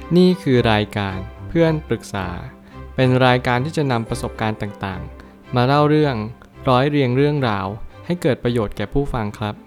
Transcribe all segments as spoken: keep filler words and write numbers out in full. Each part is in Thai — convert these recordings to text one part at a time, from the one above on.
นี่คือรายการเพื่อนปรึกษาเป็นรายการที่จะนำประสบการณ์ต่างๆมาเล่าเรื่องร้อยเรียงเรื่องราวให้เกิดประโยชน์แก่ผู้ฟังครับ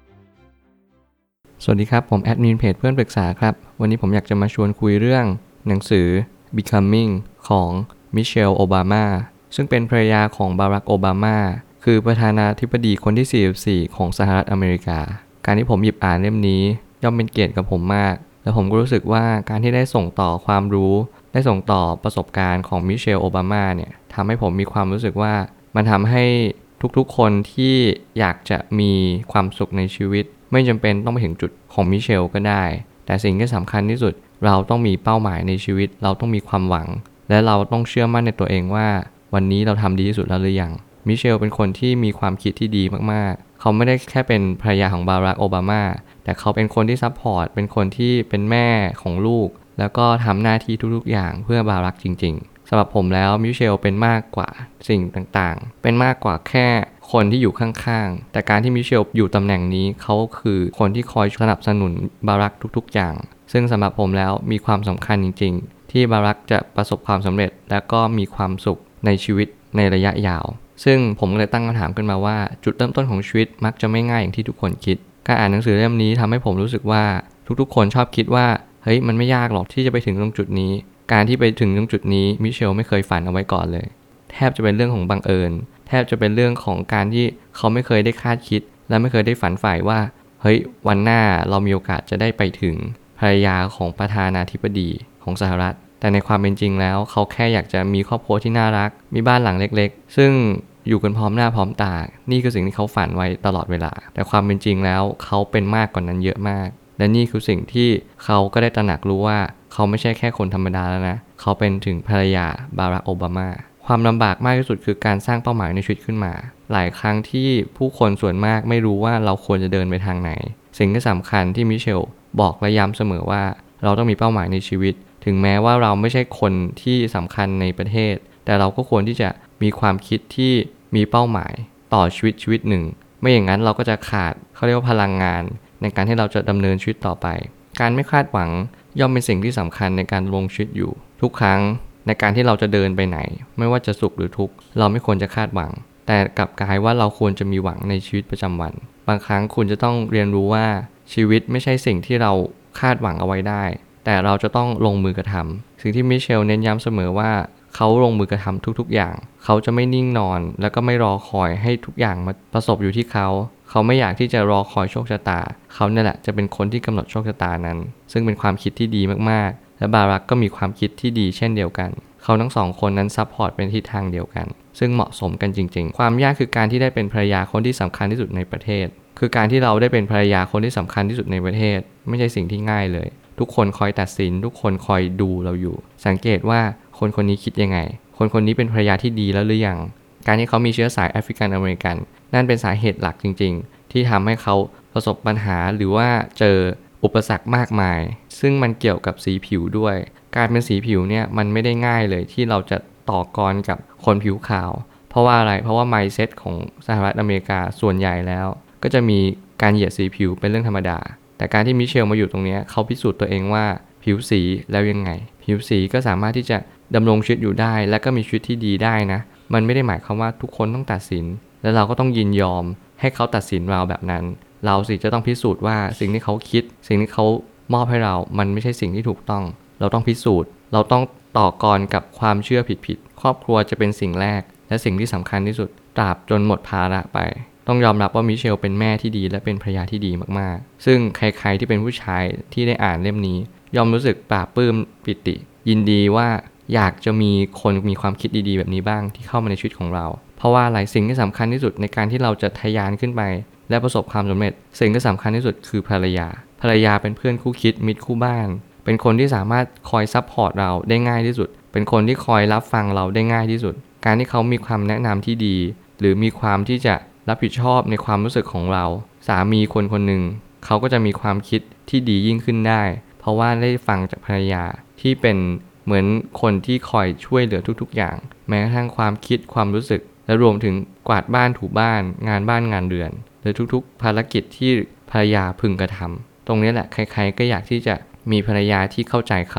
สวัสดีครับผมแอดมินเพจเพื่อนปรึกษาครับวันนี้ผมอยากจะมาชวนคุยเรื่องหนังสือ Becoming ของมิเชลโอบามาซึ่งเป็นภรรยาของบารักโอบามาคือประธานาธิบดีคนที่สี่สิบสี่ของสหรัฐอเมริกาการที่ผมหยิบอ่านเล่มนี้ย่อมเป็นเกียรติกับผมมากและผมก็รู้สึกว่าการที่ได้ส่งต่อความรู้ได้ส่งต่อประสบการณ์ของมิเชลโอบามาเนี่ยทำให้ผมมีความรู้สึกว่ามันทำให้ทุกๆคนที่อยากจะมีความสุขในชีวิตไม่จำเป็นต้องไปถึงจุดของมิเชลก็ได้แต่สิ่งที่สำคัญที่สุดเราต้องมีเป้าหมายในชีวิตเราต้องมีความหวังและเราต้องเชื่อมั่นในตัวเองว่าวันนี้เราทำดีที่สุดแล้วหรือยังมิเชลเป็นคนที่มีความคิดที่ดีมากๆเขาไม่ได้แค่เป็นภรรยาของบารักโอบามาแต่เขาเป็นคนที่ซัพพอร์ตเป็นคนที่เป็นแม่ของลูกแล้วก็ทำหน้าที่ทุกๆอย่างเพื่อบารักจริงๆสำหรับผมแล้วมิเชลเป็นมากกว่าสิ่งต่างๆเป็นมากกว่าแค่คนที่อยู่ข้างๆแต่การที่มิเชลอยู่ตำแหน่งนี้เขาคือคนที่คอยสนับสนุนบารักทุกๆอย่างซึ่งสำหรับผมแล้วมีความสำคัญจริงๆที่บารักจะประสบความสำเร็จและก็มีความสุขในชีวิตในระยะยาวซึ่งผมเลยตั้งคำถามขึ้นมาว่าจุดเริ่มต้นของชีวิตมักจะไม่ง่ายอย่างที่ทุกคนคิดการอ่านหนังสือเล่มนี้ทำให้ผมรู้สึกว่าทุกๆคนชอบคิดว่าเฮ้ยมันไม่ยากหรอกที่จะไปถึงตรงจุดนี้การที่ไปถึงตรงจุดนี้มิเชลไม่เคยฝันเอาไว้ก่อนเลยแทบจะเป็นเรื่องของบังเอิญแทบจะเป็นเรื่องของการที่เขาไม่เคยได้คาดคิดและไม่เคยได้ฝันใฝ่ว่าเฮ้ยวันหน้าเรามีโอกาสจะได้ไปถึงภรรยาของประธานาธิบดีของสหรัฐแต่ในความเป็นจริงแล้วเขาแค่อยากจะมีครอบครัวที่น่ารักมีบ้านหลังเล็กๆซึ่งอยู่กันพร้อมหน้าพร้อมตานี่คือสิ่งที่เขาฝันไว้ตลอดเวลาแต่ความเป็นจริงแล้วเขาเป็นมากกว่านั้นเยอะมากและนี่คือสิ่งที่เขาก็ได้ตระหนักรู้ว่าเขาไม่ใช่แค่คนธรรมดาแล้วนะเขาเป็นถึงภรรยาบารักโอบามาความลำบากมากที่สุดคือการสร้างเป้าหมายในชีวิตขึ้นมาหลายครั้งที่ผู้คนส่วนมากไม่รู้ว่าเราควรจะเดินไปทางไหนสิ่งที่สำคัญที่มิเชลบอกและย้ำเสมอว่าเราต้องมีเป้าหมายในชีวิตถึงแม้ว่าเราไม่ใช่คนที่สำคัญในประเทศแต่เราก็ควรที่จะมีความคิดที่มีเป้าหมายต่อชีวิตชีวิตหนึ่งไม่อย่างนั้นเราก็จะขาดเขาเรียกว่าพลังงานในการที่เราจะดำเนินชีวิตต่อไปการไม่คาดหวังย่อมเป็นสิ่งที่สำคัญในการลงชีวิตอยู่ทุกครั้งในการที่เราจะเดินไปไหนไม่ว่าจะสุขหรือทุกข์เราไม่ควรจะคาดหวังแต่กลับกลายว่าเราควรจะมีหวังในชีวิตประจำวันบางครั้งคุณจะต้องเรียนรู้ว่าชีวิตไม่ใช่สิ่งที่เราคาดหวังเอาไว้ได้แต่เราจะต้องลงมือกระทำสิ่งที่มิเชลเน้นย้ำเสมอว่าเขาลงมือกระทำทุกๆอย่างเขาจะไม่นิ่งนอนแล้วก็ไม่รอคอยให้ทุกอย่างมาประสบอยู่ที่เขาเขาไม่อยากที่จะรอคอยโชคชะตาเขาเนี่ยแหละจะเป็นคนที่กำหนดโชคชะตานั้นซึ่งเป็นความคิดที่ดีมากๆและบารักก็มีความคิดที่ดีเช่นเดียวกันเขาทั้งสองคนนั้นซัพพอร์ตเป็นทิศทางเดียวกันซึ่งเหมาะสมกันจริงๆความยากคือการที่ได้เป็นภรรยาคนที่สำคัญที่สุดในประเทศคือการที่เราได้เป็นภรรยาคนที่สำคัญที่สุดในประเทศไม่ใช่สิ่งที่ง่ายเลยทุกคนคอยตัดสินทุกคนคอยดูเราอยู่สังเกตว่าคนคนนี้คิดยังไงคนคนนี้เป็นภรรยาที่ดีแล้วหรือยังการที่เขามีเชื้อสายแอฟริกันอเมริกันนั่นเป็นสาเหตุหลักจริงๆที่ทำให้เขาประสบปัญหาหรือว่าเจออุปสรรคมากมายซึ่งมันเกี่ยวกับสีผิวด้วยการเป็นสีผิวเนี่ยมันไม่ได้ง่ายเลยที่เราจะต่อกรกับคนผิวขาวเพราะว่าอะไรเพราะว่า mindset ของสหรัฐอเมริกาส่วนใหญ่แล้วก็จะมีการเหยียดสีผิวเป็นเรื่องธรรมดาแต่การที่มิเชลมาอยู่ตรงนี้เขาพิสูจน์ตัวเองว่าผิวสีแล้วยังไงผิวสีก็สามารถที่จะดำรงชีวิตอยู่ได้และก็มีชีวิตที่ดีได้นะมันไม่ได้หมายความว่าทุกคนต้องตัดสินและเราก็ต้องยินยอมให้เขาตัดสินเราแบบนั้นเราสิจะต้องพิสูจน์ว่าสิ่งที่เขาคิดสิ่งที่เขามอบให้เรามันไม่ใช่สิ่งที่ถูกต้องเราต้องพิสูจน์เราต้องต่อกรกับความเชื่อผิดๆครอบครัวจะเป็นสิ่งแรกและสิ่งที่สำคัญที่สุดตราบจนหมดภาระไปต้องยอมรับว่ามิเชลเป็นแม่ที่ดีและเป็นภรรยาที่ดีมากๆซึ่งใครๆที่เป็นผู้ชายที่ได้อ่านเล่มนี้ย่อมรู้สึกปลาบปลื้มปิติยินดีว่าอยากจะมีคนมีความคิดดีๆแบบนี้บ้างที่เข้ามาในชีวิตของเราเพราะว่าหลายสิ่งที่สำคัญที่สุดในการที่เราจะทะยานขึ้นไปและประสบความสำเร็จสิ่งที่สำคัญที่สุดคือภรรยาภรรยาเป็นเพื่อนคู่คิดมิตรคู่บ้านเป็นคนที่สามารถคอยซัพพอร์ตเราได้ง่ายที่สุดเป็นคนที่คอยรับฟังเราได้ง่ายที่สุดการที่เขามีความแนะนำที่ดีหรือมีความที่จะรับผิดชอบในความรู้สึกของเราสามีคนคนหนึ่งเขาก็จะมีความคิดที่ดียิ่งขึ้นได้เพราะว่าได้ฟังจากภรรยาที่เป็นเหมือนคนที่คอยช่วยเหลือทุกๆอย่างแม้กระทั่งความคิดความรู้สึกและรวมถึงกวาดบ้านถูบ้านงานบ้านงานเรือนหรือทุกๆภารกิจที่ภรรยาพึงกระทำตรงนี้แหละใครๆก็อยากที่จะมีภรรยาที่เข้าใจเขา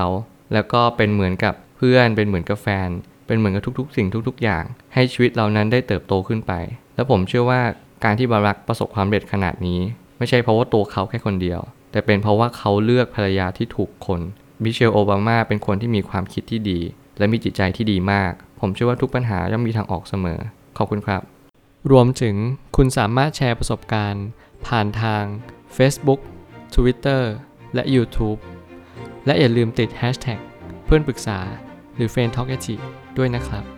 แล้วก็เป็นเหมือนกับเพื่อนเป็นเหมือนกับแฟนเป็นเหมือนกับทุกๆสิ่งทุกๆอย่างให้ชีวิตเรานั้นได้เติบโตขึ้นไปแล้วผมเชื่อว่าการที่บารักประสบความสำเร็จขนาดนี้ไม่ใช่เพราะว่าตัวเขาแค่คนเดียวแต่เป็นเพราะว่าเขาเลือกภรรยาที่ถูกคนมิเชลโอบามาเป็นคนที่มีความคิดที่ดีและมีจิตใจที่ดีมากผมเชื่อว่าทุกปัญหาย่อมมีทางออกเสมอขอบคุณครับรวมถึงคุณสามารถแชร์ประสบการณ์ผ่านทาง Facebook Twitter และ YouTube และอย่าลืมติด แฮชแท็ก เพื่อนปรึกษาหรือ เฟรนด์ ทอล์ก ด้วยนะครับ